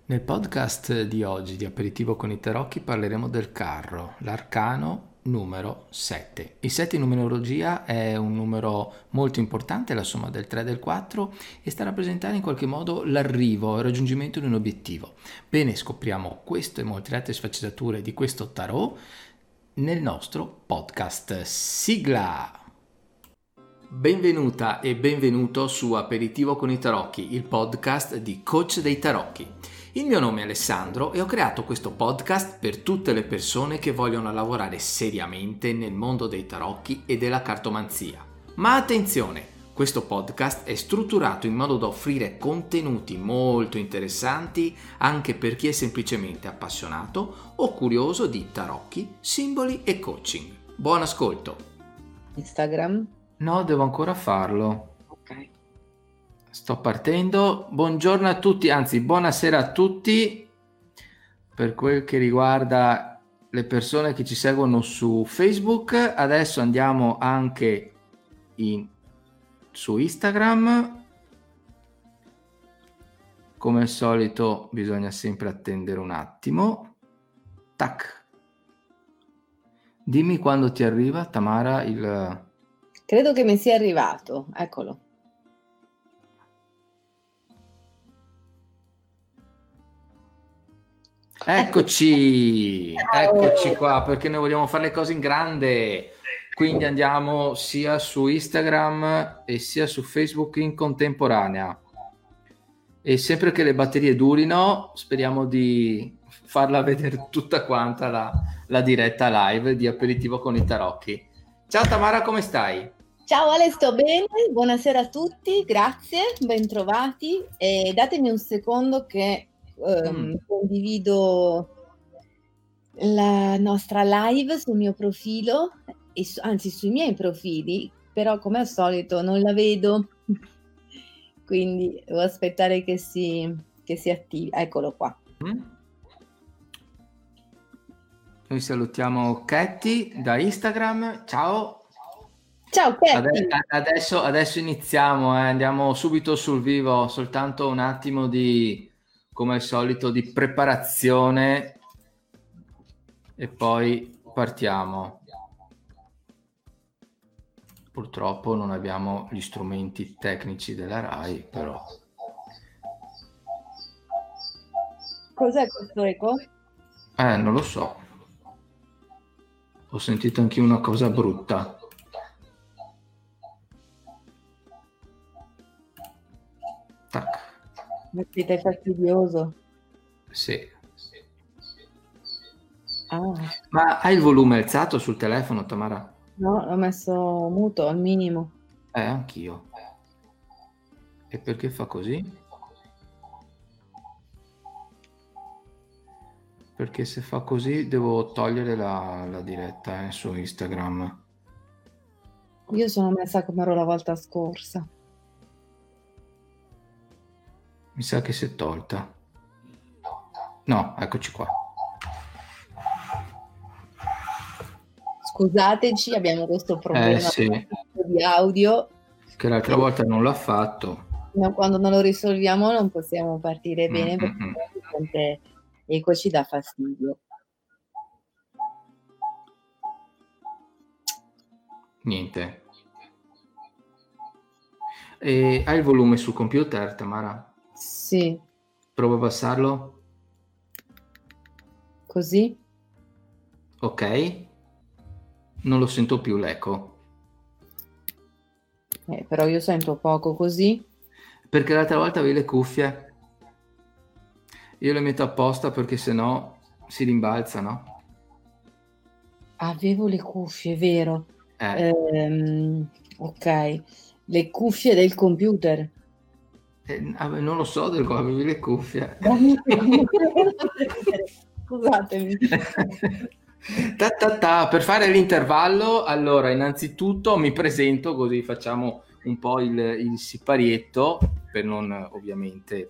Nel podcast di oggi di Aperitivo con i Tarocchi parleremo del carro, l'arcano numero 7. Il 7 in numerologia è un numero molto importante, la somma del 3 e del 4 e sta a rappresentare in qualche modo l'arrivo, il raggiungimento di un obiettivo. Bene, scopriamo questo e molte altre sfaccettature di questo tarot nel nostro podcast. Sigla! Benvenuta e benvenuto su Aperitivo con i Tarocchi, il podcast di Coach dei Tarocchi. Il mio nome è Alessandro e ho creato questo podcast per tutte le persone che vogliono lavorare seriamente nel mondo dei tarocchi e della cartomanzia. Ma attenzione, questo podcast è strutturato in modo da offrire contenuti molto interessanti anche per chi è semplicemente appassionato o curioso di tarocchi, simboli e coaching. Buon ascolto! Instagram? No, devo ancora farlo. Ok. Sto partendo. Buongiorno a tutti, anzi buonasera a tutti. Per quel che riguarda le persone che ci seguono su Facebook, adesso andiamo anche su Instagram. Come al solito bisogna sempre attendere un attimo. Tac. Dimmi quando ti arriva, Tamara, il... Credo che mi sia arrivato, eccolo. Eccoci qua, perché noi vogliamo fare le cose in grande, quindi andiamo sia su Instagram e sia su Facebook in contemporanea. E sempre che le batterie durino, speriamo di farla vedere tutta quanta la diretta live di Aperitivo con i Tarocchi. Ciao Tamara, come stai? Ciao Ale, sto bene, buonasera a tutti, grazie, bentrovati. E datemi un secondo che condivido la nostra live sul mio profilo, anzi sui miei profili, però come al solito non la vedo, quindi devo aspettare che si attivi. Eccolo qua. Noi salutiamo Katy da Instagram, ciao! Ciao Katy! Adesso iniziamo, andiamo subito sul vivo, soltanto un attimo di, come al solito, di preparazione e poi partiamo. Purtroppo non abbiamo gli strumenti tecnici della RAI, però. Cos'è questo eco? Non lo so. Ho sentito anche una cosa brutta. Tac. È fastidioso. Sì. Ah. Ma hai il volume alzato sul telefono, Tamara? No, l'ho messo muto al minimo. Anch'io. E perché fa così? Perché se fa così devo togliere la diretta su Instagram. Io sono messa come ero la volta scorsa. Mi sa che si è tolta. No, eccoci qua. Scusateci, abbiamo questo problema Sì. di audio. Che l'altra volta non l'ha fatto. No, quando non lo risolviamo non possiamo partire bene perché eco ci dà fastidio. Niente. E hai il volume sul computer, Tamara? Sì. Prova a abbassarlo. Così? Ok. Non lo sento più l'eco. Però io sento poco così. Perché l'altra volta avevi le cuffie. Io le metto apposta perché sennò si rimbalzano. Avevo le cuffie, vero? Ok, le cuffie del computer. Non lo so del quale avevi le cuffie. Scusatemi. Per fare l'intervallo, allora innanzitutto mi presento così facciamo un po' il siparietto per non ovviamente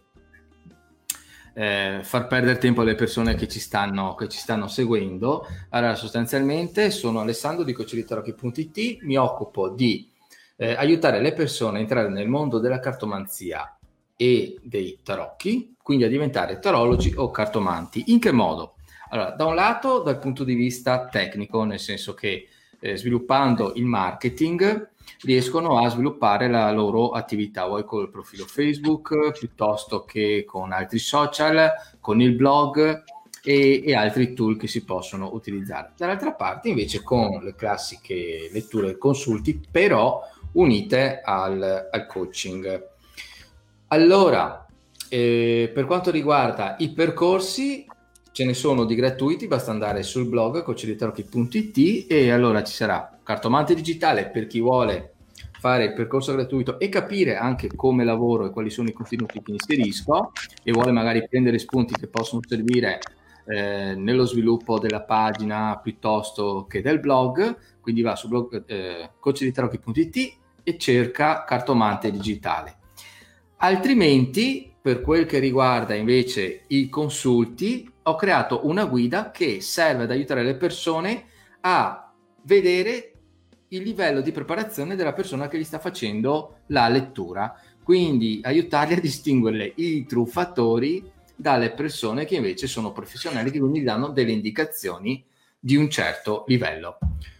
far perdere tempo alle persone che ci stanno seguendo. Allora, sostanzialmente sono Alessandro di coachlitarocchi.it, mi occupo di aiutare le persone a entrare nel mondo della cartomanzia e dei tarocchi, quindi a diventare tarologi o cartomanti. In che modo? Allora, da un lato dal punto di vista tecnico, nel senso che sviluppando il marketing riescono a sviluppare la loro attività, vuoi col profilo Facebook, piuttosto che con altri social, con il blog e altri tool che si possono utilizzare. Dall'altra parte invece con le classiche letture e consulti, però unite al coaching. Allora, per quanto riguarda i percorsi, ce ne sono di gratuiti, basta andare sul blog coachdeitarocchi.it e allora ci sarà cartomante digitale per chi vuole fare il percorso gratuito e capire anche come lavoro e quali sono i contenuti che inserisco e vuole magari prendere spunti che possono servire nello sviluppo della pagina piuttosto che del blog, quindi va sul blog coachdeitarocchi.it e cerca cartomante digitale. Altrimenti, per quel che riguarda invece i consulti, ho creato una guida che serve ad aiutare le persone a vedere il livello di preparazione della persona che gli sta facendo la lettura, quindi aiutarli a distinguere i truffatori dalle persone che invece sono professionali, che quindi danno delle indicazioni di un certo livello.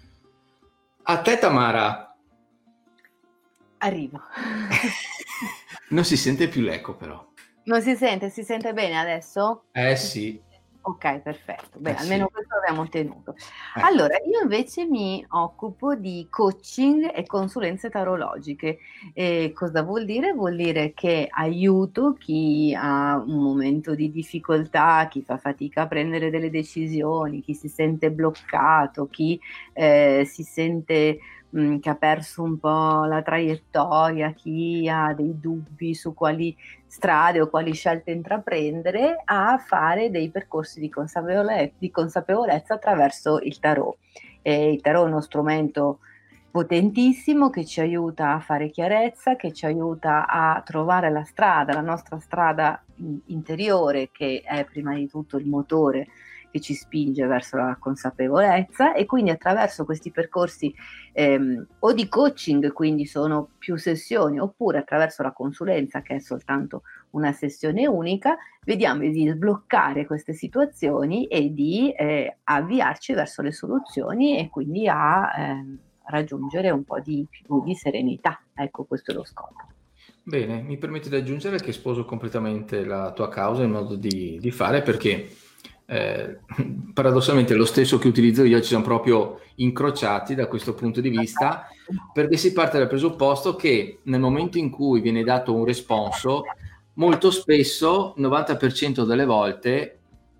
A te, Tamara. Arrivo. Non si sente più l'eco, però. Non si sente bene adesso? Sì. Ok, perfetto. Beh, almeno sì. questo abbiamo ottenuto. Allora, io invece mi occupo di coaching e consulenze tarologiche. Cosa vuol dire? Vuol dire che aiuto chi ha un momento di difficoltà, chi fa fatica a prendere delle decisioni, chi si sente bloccato, chi si sente che ha perso un po' la traiettoria, chi ha dei dubbi su quali strade o quali scelte intraprendere, a fare dei percorsi di consapevolezza attraverso il tarot. Il tarot è uno strumento potentissimo che ci aiuta a fare chiarezza, che ci aiuta a trovare la strada, la nostra strada interiore, che è prima di tutto il motore che ci spinge verso la consapevolezza, e quindi attraverso questi percorsi o di coaching, quindi sono più sessioni, oppure attraverso la consulenza, che è soltanto una sessione unica, vediamo di sbloccare queste situazioni e di avviarci verso le soluzioni e quindi a raggiungere un po' di più di serenità. Ecco, questo è lo scopo. Bene, mi permetti di aggiungere che sposo completamente la tua causa, il modo di fare, perché paradossalmente lo stesso che utilizzo io, ci siamo proprio incrociati da questo punto di vista, perché si parte dal presupposto che nel momento in cui viene dato un responso, molto spesso, 90% delle volte,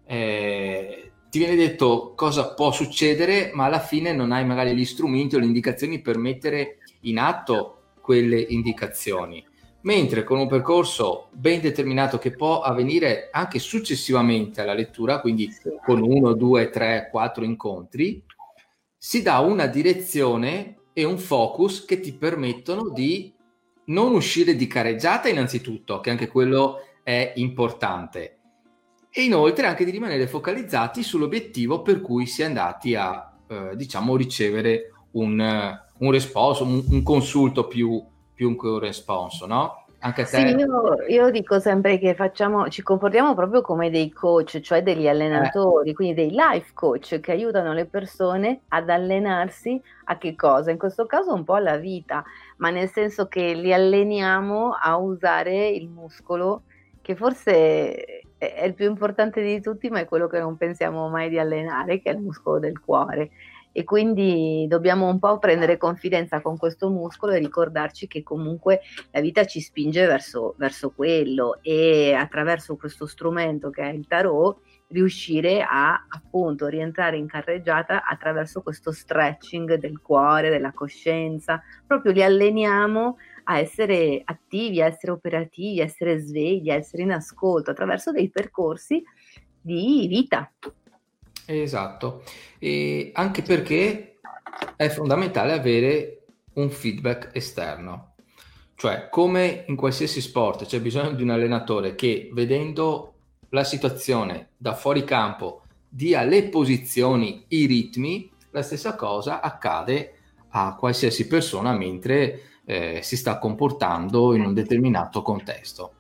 ti viene detto cosa può succedere, ma alla fine non hai magari gli strumenti o le indicazioni per mettere in atto quelle indicazioni. Mentre con un percorso ben determinato che può avvenire anche successivamente alla lettura, quindi con 1, 2, 3, 4 incontri, si dà una direzione e un focus che ti permettono di non uscire di carreggiata innanzitutto, che anche quello è importante, e inoltre anche di rimanere focalizzati sull'obiettivo per cui si è andati a ricevere un responso, un consulto più che un responso, no? Anche a te? Sì, io dico sempre che ci comportiamo proprio come dei coach, cioè degli allenatori, quindi dei life coach che aiutano le persone ad allenarsi a che cosa? In questo caso un po' alla vita, ma nel senso che li alleniamo a usare il muscolo, che forse è il più importante di tutti, ma è quello che non pensiamo mai di allenare, che è il muscolo del cuore. E quindi dobbiamo un po' prendere confidenza con questo muscolo e ricordarci che comunque la vita ci spinge verso quello, e attraverso questo strumento che è il tarot riuscire a appunto rientrare in carreggiata attraverso questo stretching del cuore, della coscienza. Proprio li alleniamo a essere attivi, a essere operativi, a essere svegli, a essere in ascolto attraverso dei percorsi di vita. Esatto, e anche perché è fondamentale avere un feedback esterno, cioè come in qualsiasi sport c'è bisogno di un allenatore che, vedendo la situazione da fuori campo, dia le posizioni, i ritmi. La stessa cosa accade a qualsiasi persona mentre si sta comportando in un determinato contesto.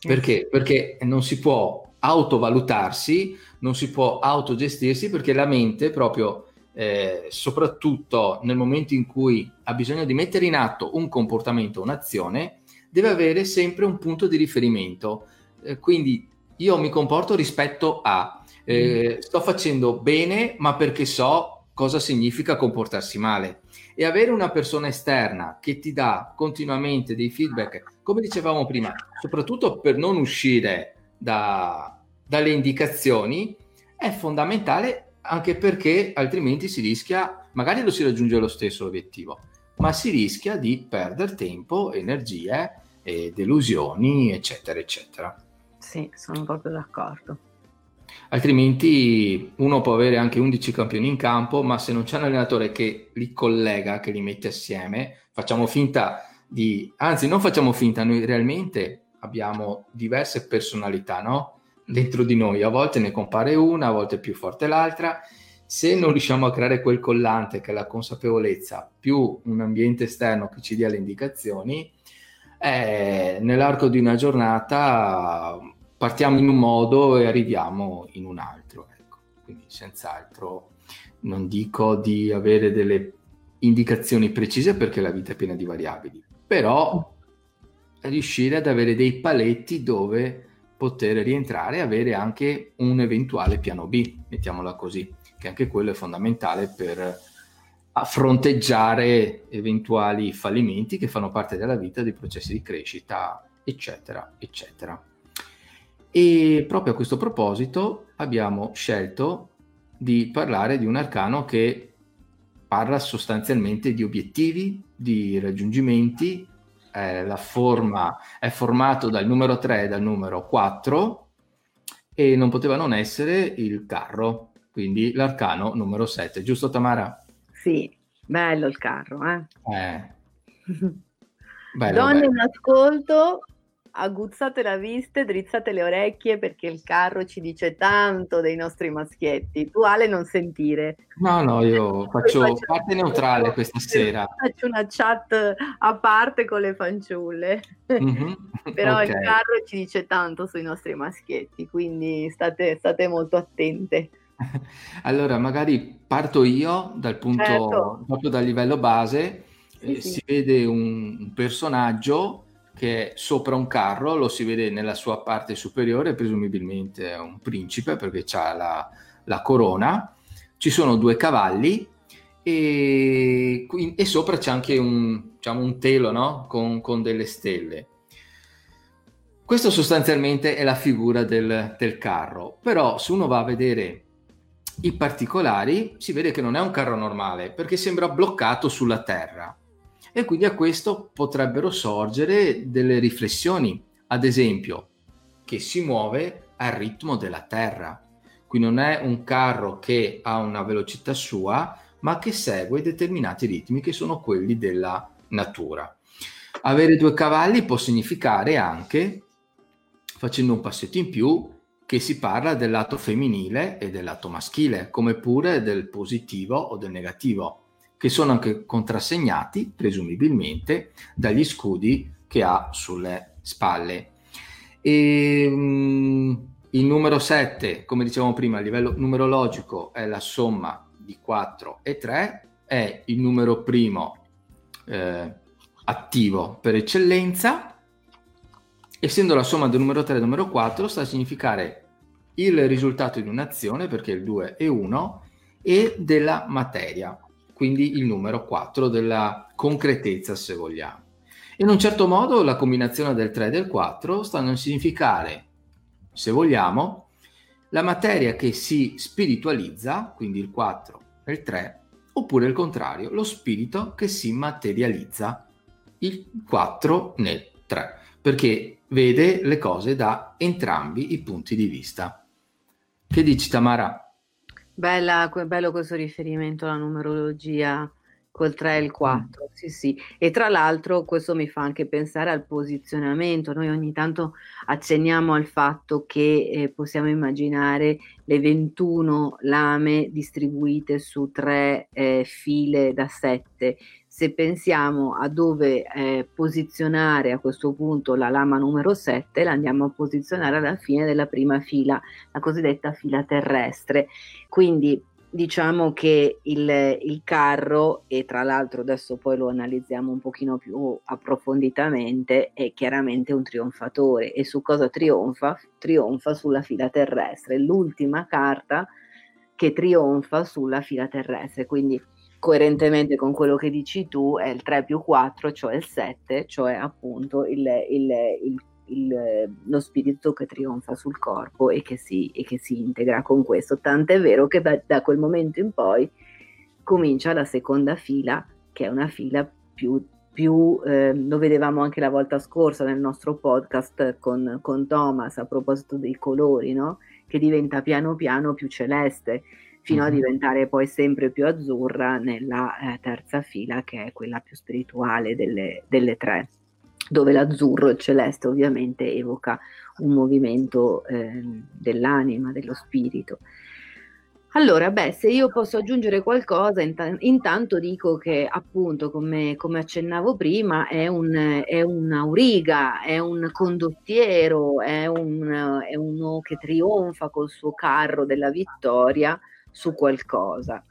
Perché? Perché non si può autovalutarsi, non si può autogestirsi, perché la mente proprio, soprattutto nel momento in cui ha bisogno di mettere in atto un comportamento, un'azione, deve avere sempre un punto di riferimento. Quindi io mi comporto rispetto a, sto facendo bene, ma perché so cosa significa comportarsi male. E avere una persona esterna che ti dà continuamente dei feedback, come dicevamo prima, soprattutto per non uscire dalle indicazioni, è fondamentale, anche perché altrimenti si rischia, magari lo si raggiunge lo stesso obiettivo, ma si rischia di perdere tempo, energie, e delusioni, eccetera, eccetera. Sì, sono proprio d'accordo. Altrimenti uno può avere anche 11 campioni in campo, ma se non c'è un allenatore che li collega, che li mette assieme, facciamo finta anzi non facciamo finta, noi realmente abbiamo diverse personalità, no? Dentro di noi, a volte ne compare una, a volte è più forte l'altra. Se non riusciamo a creare quel collante che è la consapevolezza più un ambiente esterno che ci dia le indicazioni, nell'arco di una giornata partiamo in un modo e arriviamo in un altro, ecco. Quindi senz'altro non dico di avere delle indicazioni precise, perché la vita è piena di variabili, però riuscire ad avere dei paletti dove poter rientrare e avere anche un eventuale piano B, mettiamola così, che anche quello è fondamentale per fronteggiare eventuali fallimenti che fanno parte della vita, dei processi di crescita, eccetera, eccetera. E proprio a questo proposito abbiamo scelto di parlare di un arcano che parla sostanzialmente di obiettivi, di raggiungimenti. La forma è formato dal numero 3 e dal numero 4 e non poteva non essere il carro, quindi l'arcano numero 7, giusto Tamara? Sì, bello il carro, eh? Bello, Donne bello. in ascolto, aguzzate la vista, drizzate le orecchie, perché il carro ci dice tanto dei nostri maschietti. Tu, Ale, non sentire. No, io faccio parte neutrale questa sera. Faccio una chat a parte con le fanciulle. Mm-hmm. Però Okay. il carro ci dice tanto sui nostri maschietti, quindi state molto attente. Allora, magari parto io dal punto, Certo. proprio dal livello base. Sì, sì. Si vede un personaggio che è sopra un carro, lo si vede nella sua parte superiore, presumibilmente è un principe perché ha la corona, ci sono 2 cavalli e sopra c'è anche un telo, no? Con delle stelle. Questo sostanzialmente è la figura del carro, però se uno va a vedere i particolari si vede che non è un carro normale, perché sembra bloccato sulla terra, e quindi a questo potrebbero sorgere delle riflessioni, ad esempio che si muove al ritmo della terra, quindi non è un carro che ha una velocità sua, ma che segue determinati ritmi che sono quelli della natura. Avere 2 cavalli può significare anche, facendo un passetto in più, che si parla del lato femminile e del lato maschile, come pure del positivo o del negativo, che sono anche contrassegnati, presumibilmente, dagli scudi che ha sulle spalle. E, il numero 7, come dicevamo prima, a livello numerologico è la somma di 4 e 3, è il numero primo attivo per eccellenza. Essendo la somma del numero 3 e del numero 4, sta a significare il risultato di un'azione, perché il 2 è 1, e della materia, quindi il numero 4 della concretezza, se vogliamo. In un certo modo la combinazione del 3 e del 4 stanno a significare, se vogliamo, la materia che si spiritualizza, quindi il 4 e il 3, oppure il contrario, lo spirito che si materializza, il 4 nel 3, perché vede le cose da entrambi i punti di vista. Che dici, Tamara? Bello questo riferimento alla numerologia col 3 e il 4, sì, sì. E tra l'altro questo mi fa anche pensare al posizionamento. Noi ogni tanto accenniamo al fatto che possiamo immaginare le 21 lame distribuite su 3 file da 7. se pensiamo a dove posizionare a questo punto la lama numero 7, la andiamo a posizionare alla fine della prima fila, la cosiddetta fila terrestre. Quindi diciamo che il carro, e tra l'altro adesso poi lo analizziamo un pochino più approfonditamente, è chiaramente un trionfatore. E su cosa trionfa? Trionfa sulla fila terrestre, l'ultima carta che trionfa sulla fila terrestre, quindi coerentemente con quello che dici tu è il 3 più 4, cioè il 7, cioè appunto lo spirito che trionfa sul corpo e che si integra con questo. Tant'è vero che da quel momento in poi comincia la seconda fila, che è una fila più lo vedevamo anche la volta scorsa nel nostro podcast con Thomas a proposito dei colori, no? Che diventa piano piano più celeste, fino a diventare poi sempre più azzurra nella terza fila, che è quella più spirituale delle tre, dove l'azzurro, il celeste, ovviamente evoca un movimento dell'anima, dello spirito. Allora, se io posso aggiungere qualcosa, intanto dico che appunto, come accennavo prima, è un'auriga, è un condottiero, è uno che trionfa col suo carro della vittoria su qualcosa.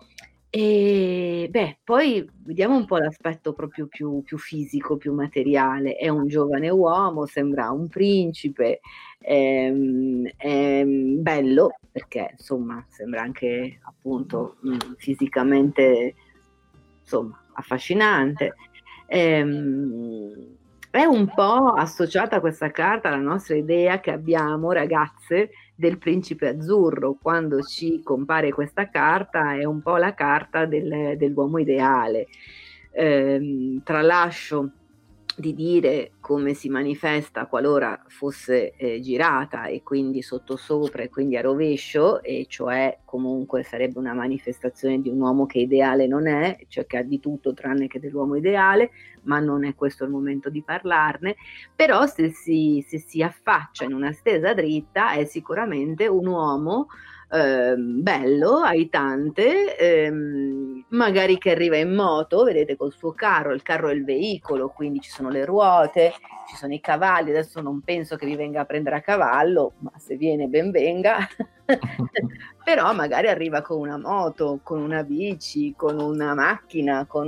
E poi vediamo un po' l'aspetto proprio più fisico, più materiale. È un giovane uomo, sembra un principe, è bello, perché insomma sembra anche appunto fisicamente insomma affascinante. È un po' associata a questa carta alla nostra idea che abbiamo, ragazze, del principe azzurro. Quando ci compare questa carta è un po' la carta dell'uomo ideale. Tralascio di dire come si manifesta qualora fosse girata e quindi sottosopra e quindi a rovescio, e cioè comunque sarebbe una manifestazione di un uomo che ideale non è, cioè che ha di tutto tranne che dell'uomo ideale, ma non è questo il momento di parlarne. Però se si affaccia in una stesa dritta è sicuramente un uomo bello, aitante, magari che arriva in moto, vedete, col suo carro. Il carro è il veicolo, quindi ci sono le ruote, ci sono i cavalli. Adesso non penso che vi venga a prendere a cavallo, ma se viene ben venga. Però magari arriva con una moto, con una bici, con una macchina, con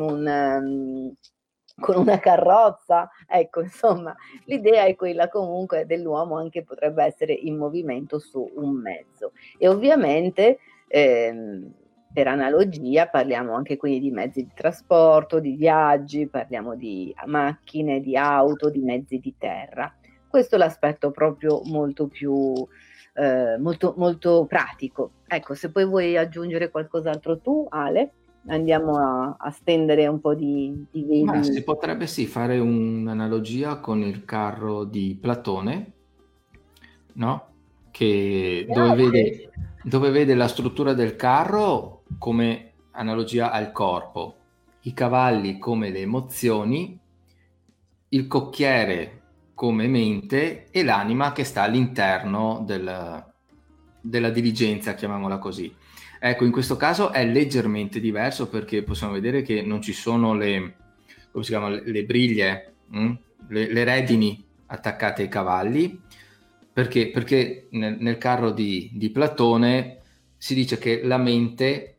una carrozza. Ecco, insomma, l'idea è quella comunque dell'uomo, anche potrebbe essere in movimento su un mezzo. E ovviamente per analogia parliamo anche quindi di mezzi di trasporto, di viaggi, parliamo di macchine, di auto, di mezzi di terra. Questo è l'aspetto proprio molto più molto, molto pratico. Ecco, se poi vuoi aggiungere qualcos'altro tu, Ale, andiamo a stendere un po' di veli. Ma si potrebbe fare un'analogia con il carro di Platone, no? Che dove vede la struttura del carro come analogia al corpo, i cavalli come le emozioni, il cocchiere come mente e l'anima che sta all'interno della diligenza, chiamiamola così. Ecco, in questo caso è leggermente diverso, perché possiamo vedere che non ci sono le briglie, le redini attaccate ai cavalli, perché nel carro di Platone si dice che la mente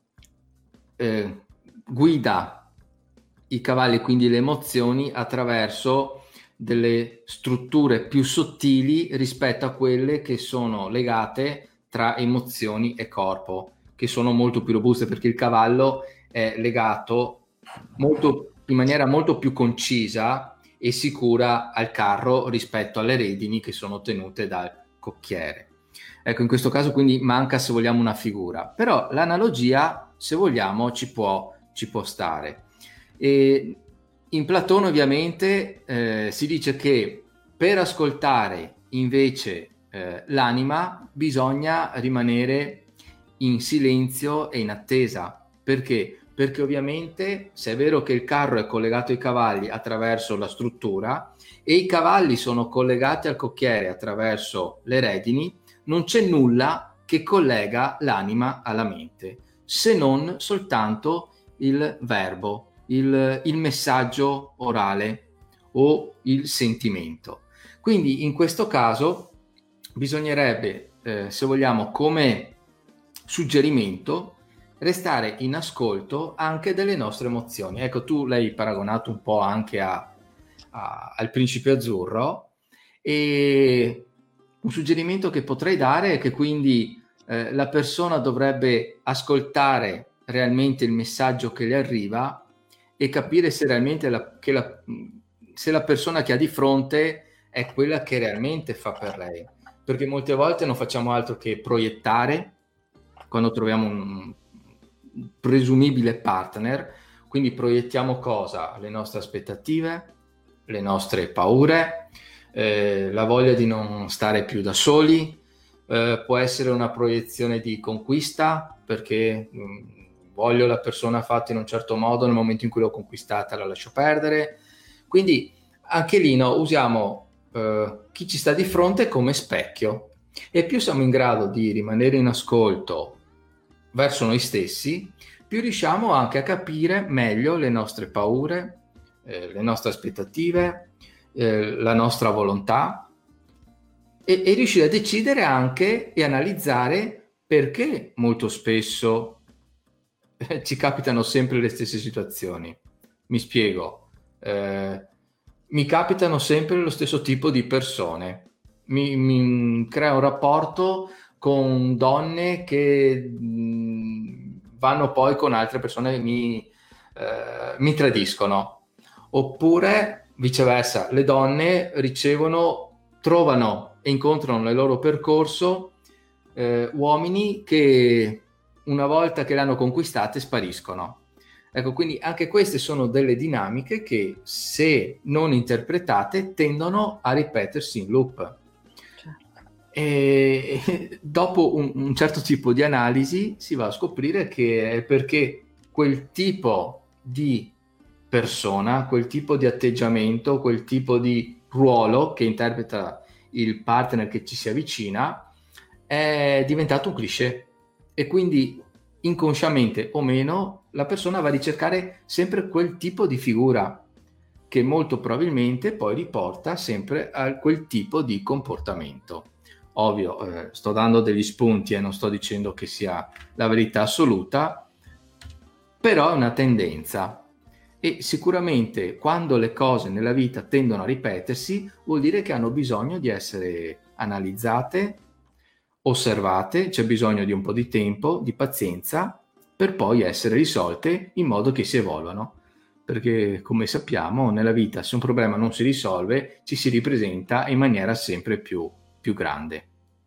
guida i cavalli, quindi le emozioni, attraverso delle strutture più sottili rispetto a quelle che sono legate tra emozioni e corpo, che sono molto più robuste, perché il cavallo è legato in maniera molto più concisa e sicura al carro rispetto alle redini che sono tenute dal cocchiere. Ecco, in questo caso quindi manca, se vogliamo, una figura, però l'analogia, se vogliamo, ci può stare. E in Platone ovviamente si dice che per ascoltare invece l'anima bisogna rimanere in silenzio e in attesa. Perché? Perché ovviamente, se è vero che il carro è collegato ai cavalli attraverso la struttura e i cavalli sono collegati al cocchiere attraverso le redini, non c'è nulla che collega l'anima alla mente, se non soltanto il verbo, il messaggio orale o il sentimento. Quindi in questo caso bisognerebbe, se vogliamo, come suggerimento, restare in ascolto anche delle nostre emozioni. Ecco, tu l'hai paragonato un po' anche al Principe Azzurro, e un suggerimento che potrei dare è che quindi la persona dovrebbe ascoltare realmente il messaggio che le arriva e capire se realmente se la persona che ha di fronte è quella che realmente fa per lei, perché molte volte non facciamo altro che proiettare quando troviamo un presumibile partner, quindi proiettiamo cosa? Le nostre aspettative, le nostre paure, la voglia di non stare più da soli, può essere una proiezione di conquista, perché voglio la persona fatta in un certo modo, nel momento in cui l'ho conquistata la lascio perdere. Quindi anche lì usiamo chi ci sta di fronte come specchio, e più siamo in grado di rimanere in ascolto verso noi stessi, più riusciamo anche a capire meglio le nostre paure, le nostre aspettative, la nostra volontà, e riuscire a decidere anche e analizzare perché molto spesso ci capitano sempre le stesse situazioni. Mi spiego, mi capitano sempre lo stesso tipo di persone, mi crea un rapporto con donne che vanno poi con altre persone che mi tradiscono, oppure viceversa, le donne trovano e incontrano nel loro percorso uomini che una volta che le hanno conquistate spariscono. Ecco, quindi anche queste sono delle dinamiche che, se non interpretate, tendono a ripetersi in loop. E dopo un certo tipo di analisi si va a scoprire che è perché quel tipo di persona, quel tipo di atteggiamento, quel tipo di ruolo che interpreta il partner che ci si avvicina è diventato un cliché, e quindi inconsciamente o meno la persona va a ricercare sempre quel tipo di figura, che molto probabilmente poi riporta sempre a quel tipo di comportamento. Ovvio, sto dando degli spunti e non sto dicendo che sia la verità assoluta, però è una tendenza, e sicuramente quando le cose nella vita tendono a ripetersi vuol dire che hanno bisogno di essere analizzate, osservate, c'è bisogno di un po' di tempo, di pazienza, per poi essere risolte in modo che si evolvano. Perché, come sappiamo, nella vita, se un problema non si risolve, ci si ripresenta in maniera sempre più grande.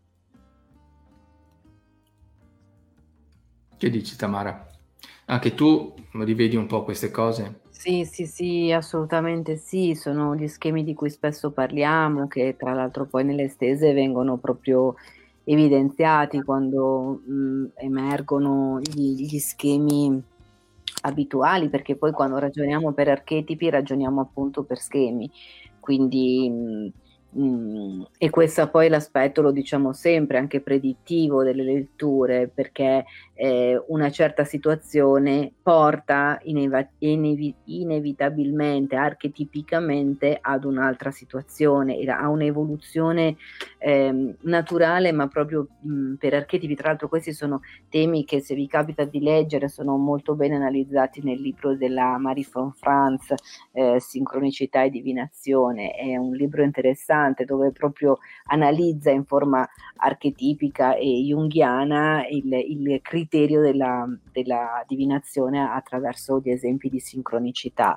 Che dici, Tamara? Anche tu rivedi un po' queste cose? Sì, assolutamente sì, sono gli schemi di cui spesso parliamo, che tra l'altro poi nelle stese vengono proprio evidenziati quando emergono gli schemi abituali, perché poi quando ragioniamo per archetipi ragioniamo appunto per schemi, quindi e questo poi l'aspetto lo diciamo sempre anche predittivo delle letture, perché una certa situazione porta inevitabilmente, archetipicamente ad un'altra situazione, a un'evoluzione naturale, ma proprio per archetipi. Tra l'altro questi sono temi che, se vi capita di leggere, sono molto ben analizzati nel libro della Marie von Franz, Sincronicità e divinazione. È un libro interessante dove proprio analizza in forma archetipica e junghiana il criterio della divinazione attraverso gli esempi di sincronicità.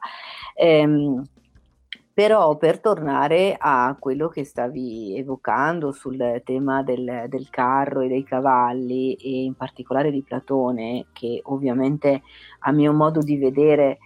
Però, per tornare a quello che stavi evocando sul tema del carro e dei cavalli, e in particolare di Platone, che ovviamente a mio modo di vedere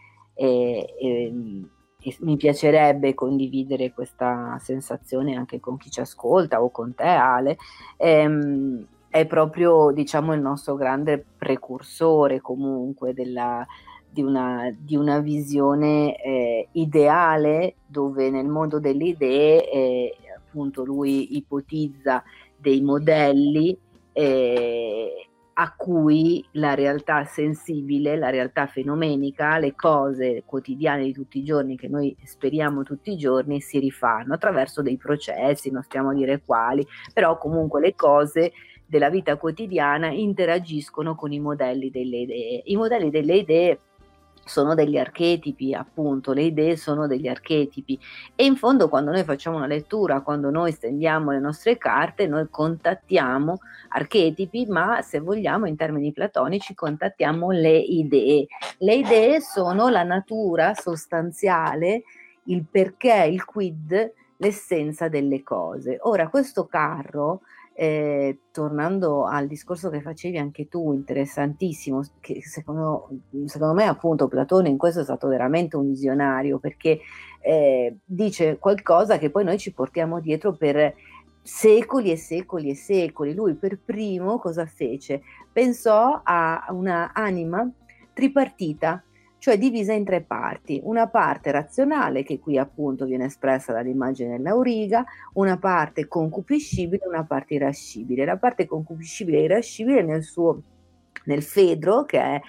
mi piacerebbe condividere questa sensazione anche con chi ci ascolta, o con te, Ale, è proprio, diciamo, il nostro grande precursore comunque di una visione ideale, dove nel mondo delle idee appunto lui ipotizza dei modelli a cui la realtà sensibile, la realtà fenomenica, le cose quotidiane di tutti i giorni che noi speriamo tutti i giorni si rifanno attraverso dei processi, non stiamo a dire quali, però comunque le cose della vita quotidiana interagiscono con i modelli delle idee. I modelli delle idee sono degli archetipi, appunto, le idee sono degli archetipi, e in fondo quando noi facciamo una lettura, quando noi stendiamo le nostre carte, noi contattiamo archetipi, ma se vogliamo in termini platonici contattiamo le idee. Le idee sono la natura sostanziale, il perché, il quid, l'essenza delle cose. Ora, questo carro, tornando al discorso che facevi anche tu, interessantissimo, che secondo me appunto Platone in questo è stato veramente un visionario, perché dice qualcosa che poi noi ci portiamo dietro per secoli e secoli e secoli. Lui per primo cosa fece? Pensò a una anima tripartita, cioè divisa in tre parti: una parte razionale, che qui appunto viene espressa dall'immagine dell'auriga, una parte concupiscibile e una parte irascibile. La parte concupiscibile e irascibile nel Fedro, che è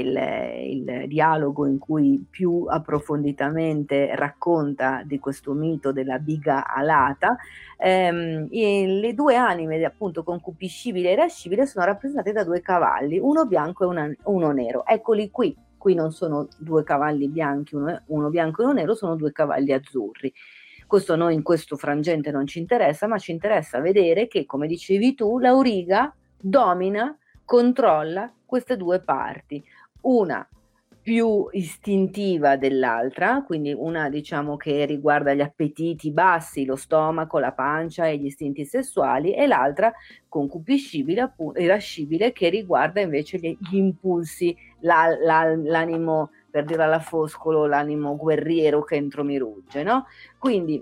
il dialogo in cui più approfonditamente racconta di questo mito della biga alata, le due anime appunto concupiscibile e irascibile sono rappresentate da due cavalli, uno bianco e uno nero. Eccoli qui. Qui non sono due cavalli bianchi, uno bianco e uno nero, sono due cavalli azzurri. Questo noi in questo frangente non ci interessa, ma ci interessa vedere che, come dicevi tu, l'auriga domina, controlla queste due parti, una più istintiva dell'altra, quindi una diciamo che riguarda gli appetiti bassi, lo stomaco, la pancia e gli istinti sessuali, e l'altra concupiscibile, irascibile, che riguarda invece gli impulsi, l'animo, per dire alla Foscolo, l'animo guerriero che entro mi rugge, no? Quindi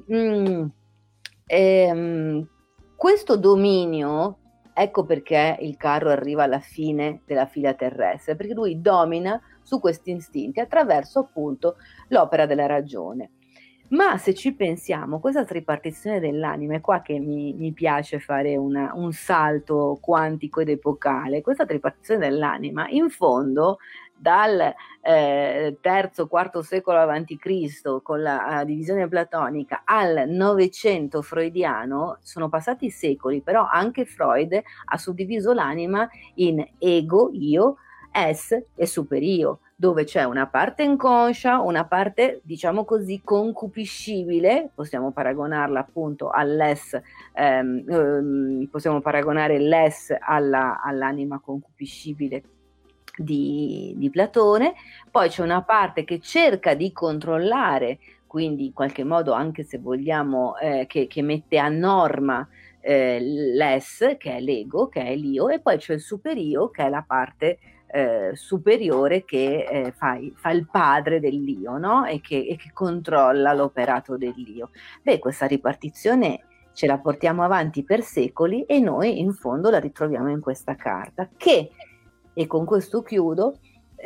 questo dominio, ecco perché il carro arriva alla fine della fila terrestre, perché lui domina su questi istinti attraverso appunto l'opera della ragione. Ma se ci pensiamo, questa tripartizione dell'anima, è qua che mi piace fare un salto quantico ed epocale. Questa tripartizione dell'anima, in fondo, dal III-IV secolo a.C., con la divisione platonica, al Novecento freudiano, sono passati secoli, però anche Freud ha suddiviso l'anima in ego, io, es e superio, dove c'è una parte inconscia, una parte, diciamo così, concupiscibile, possiamo paragonarla appunto all'es, possiamo paragonare l'es all'anima concupiscibile di Platone. Poi c'è una parte che cerca di controllare, quindi in qualche modo, anche se vogliamo, che mette a norma l'es, che è l'ego, che è l'io, e poi c'è il superio, che è la parte superiore che fa il padre dell'io, no? E che controlla l'operato dell'io. Beh, questa ripartizione ce la portiamo avanti per secoli, e noi in fondo la ritroviamo in questa carta che, e con questo chiudo,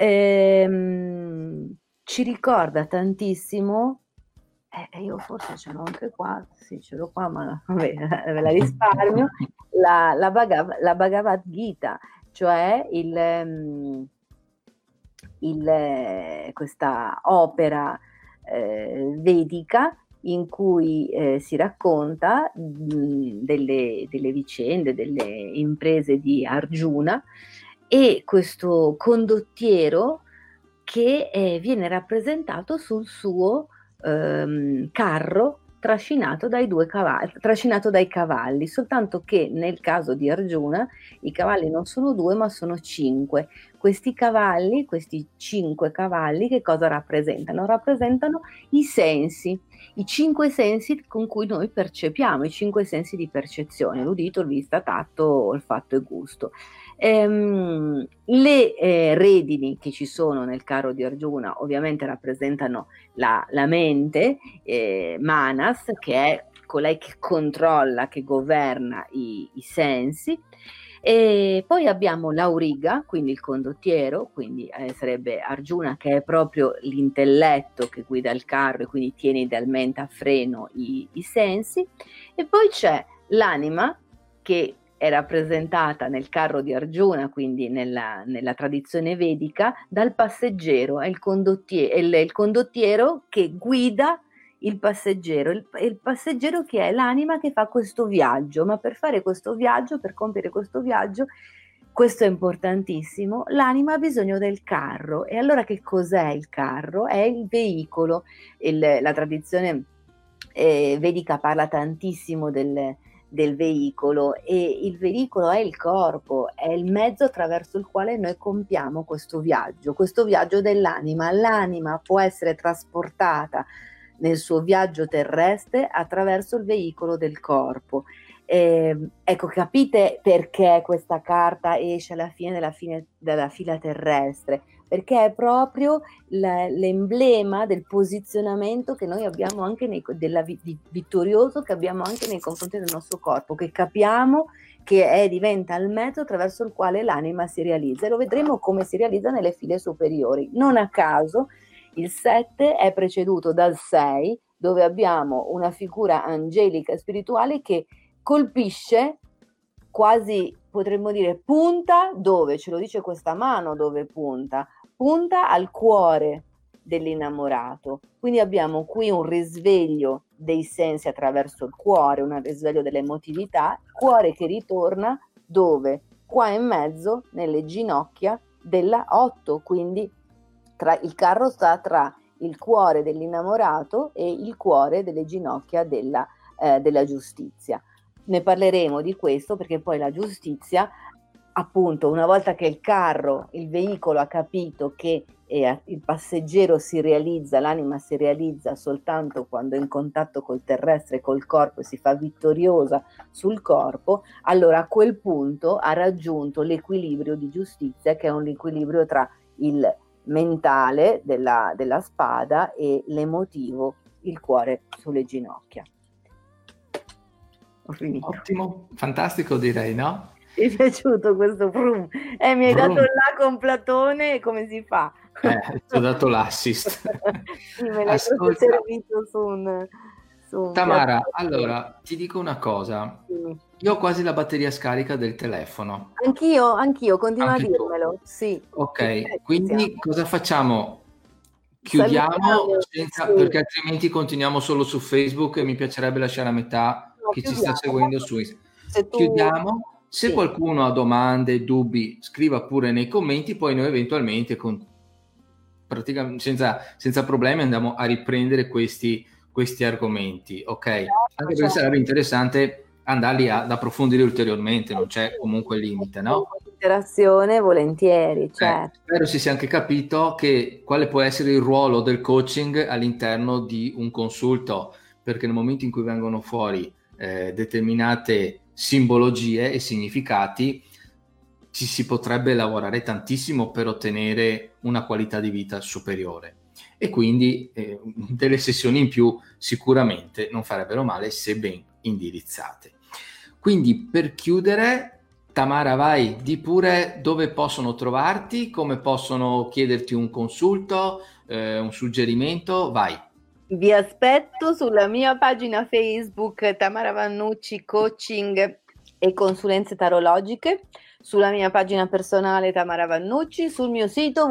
ci ricorda tantissimo, io forse ce l'ho anche qua, sì, ce l'ho qua, ma vabbè, ve la risparmio, la Bhagavad Gita, cioè questa opera vedica in cui si racconta delle vicende, delle imprese di Arjuna, e questo condottiero che viene rappresentato sul suo carro trascinato dai cavalli, soltanto che nel caso di Arjuna i cavalli non sono due ma sono 5. Questi cavalli, questi 5 cavalli, che cosa rappresentano? Rappresentano i sensi, i 5 sensi con cui noi percepiamo, i 5 sensi di percezione: l'udito, il vista, tatto, olfatto e gusto. Le redini che ci sono nel carro di Arjuna ovviamente rappresentano la mente, Manas, che è colei che controlla, che governa i sensi. E poi abbiamo l'auriga, quindi il condottiero, quindi sarebbe Arjuna, che è proprio l'intelletto che guida il carro e quindi tiene idealmente a freno i sensi. E poi c'è l'anima, che è rappresentata nel carro di Arjuna, quindi nella tradizione vedica, dal passeggero, è il condottiero che guida il passeggero, il passeggero che è l'anima che fa questo viaggio, ma per fare questo viaggio, per compiere questo viaggio, questo è importantissimo, l'anima ha bisogno del carro. E allora che cos'è il carro? È il veicolo. La tradizione vedica parla tantissimo del veicolo, e il veicolo è il corpo, è il mezzo attraverso il quale noi compiamo questo viaggio dell'anima. L'anima può essere trasportata nel suo viaggio terrestre attraverso il veicolo del corpo. Ecco, capite perché questa carta esce alla fine della fila terrestre? Perché è proprio l'emblema del posizionamento che noi abbiamo anche vittorioso che abbiamo anche nei confronti del nostro corpo, che capiamo che diventa il mezzo attraverso il quale l'anima si realizza, e lo vedremo come si realizza nelle file superiori. Non a caso il 7 è preceduto dal 6, dove abbiamo una figura angelica e spirituale che colpisce, quasi potremmo dire punta, dove ce lo dice questa mano, dove punta al cuore dell'innamorato. Quindi abbiamo qui un risveglio dei sensi attraverso il cuore, un risveglio dell'emotività, cuore che ritorna dove? Qua in mezzo, nelle ginocchia della 8, quindi il carro sta tra il cuore dell'innamorato e il cuore delle ginocchia della giustizia. Ne parleremo di questo, perché poi la giustizia, appunto, una volta che il veicolo ha capito che il passeggero si realizza, l'anima si realizza soltanto quando è in contatto col terrestre, col corpo, e si fa vittoriosa sul corpo, allora a quel punto ha raggiunto l'equilibrio di giustizia, che è un equilibrio tra il mentale della spada e l'emotivo, il cuore sulle ginocchia. Ho finito. Ottimo, fantastico, direi, no? Ti è piaciuto questo brum? Mi hai dato là con Platone, come si fa? Ti ho dato l'assist. Sì, me l'hai proprio servito su un Tamara, allora ti dico una cosa. Sì. Io ho quasi la batteria scarica del telefono. Anch'io, continua Anche a dirmelo. Sì. Ok, quindi cosa facciamo? Chiudiamo senza, sì, perché altrimenti continuiamo solo su Facebook e mi piacerebbe lasciare a metà chi ci sta seguendo su Instagram. Chiudiamo. Se sì, qualcuno ha domande, dubbi, scriva pure nei commenti, poi noi eventualmente praticamente senza problemi andiamo a riprendere questi argomenti, ok? Anche perché sarebbe interessante andarli ad approfondire ulteriormente, non c'è comunque limite, no? Interazione, volentieri, certo. Spero si sia anche capito quale può essere il ruolo del coaching all'interno di un consulto, perché nel momento in cui vengono fuori determinate simbologie e significati, ci si potrebbe lavorare tantissimo per ottenere una qualità di vita superiore, e quindi delle sessioni in più sicuramente non farebbero male se ben indirizzate. Quindi, per chiudere, Tamara, vai, di pure dove possono trovarti, come possono chiederti un consulto, un suggerimento, vai. Vi aspetto sulla mia pagina Facebook Tamara Vannucci Coaching e Consulenze Tarologiche, sulla mia pagina personale Tamara Vannucci, sul mio sito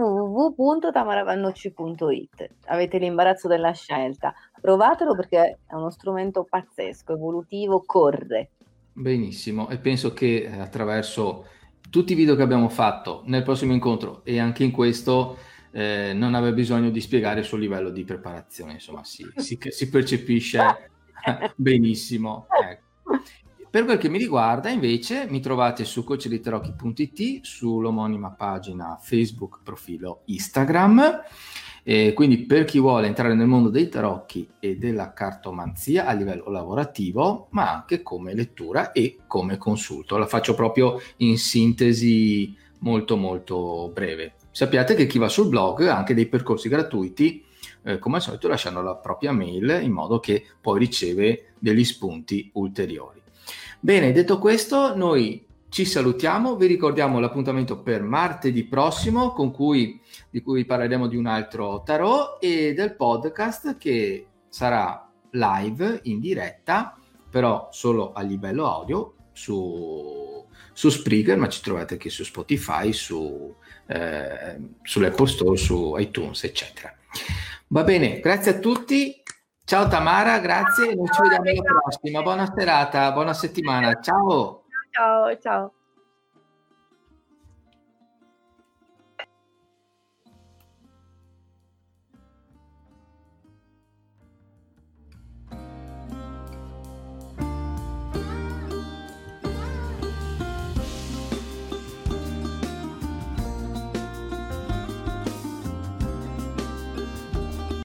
www.tamaravannucci.it. Avete l'imbarazzo della scelta, provatelo perché è uno strumento pazzesco, evolutivo, corre. Benissimo, e penso che attraverso tutti i video che abbiamo fatto nel prossimo incontro e anche in questo non aveva bisogno di spiegare il suo livello di preparazione, insomma si percepisce benissimo. Ecco. Per quel che mi riguarda, invece, mi trovate su coachdeitarocchi.it, sull'omonima pagina Facebook, profilo Instagram. Quindi per chi vuole entrare nel mondo dei tarocchi e della cartomanzia a livello lavorativo, ma anche come lettura e come consulto. La faccio proprio in sintesi molto molto breve. Sappiate che chi va sul blog ha anche dei percorsi gratuiti, come al solito lasciando la propria mail in modo che poi riceve degli spunti ulteriori. Bene, detto questo, noi ci salutiamo, vi ricordiamo l'appuntamento per martedì prossimo di cui parleremo di un altro tarot e del podcast che sarà live in diretta, però solo a livello audio, su Spreaker, ma ci trovate anche su Spotify, sull'Apple Store, su iTunes, eccetera. Va bene, grazie a tutti. Ciao Tamara, grazie. Noi ci vediamo alla prossima. Buona serata, buona settimana. Ciao. Ciao, ciao.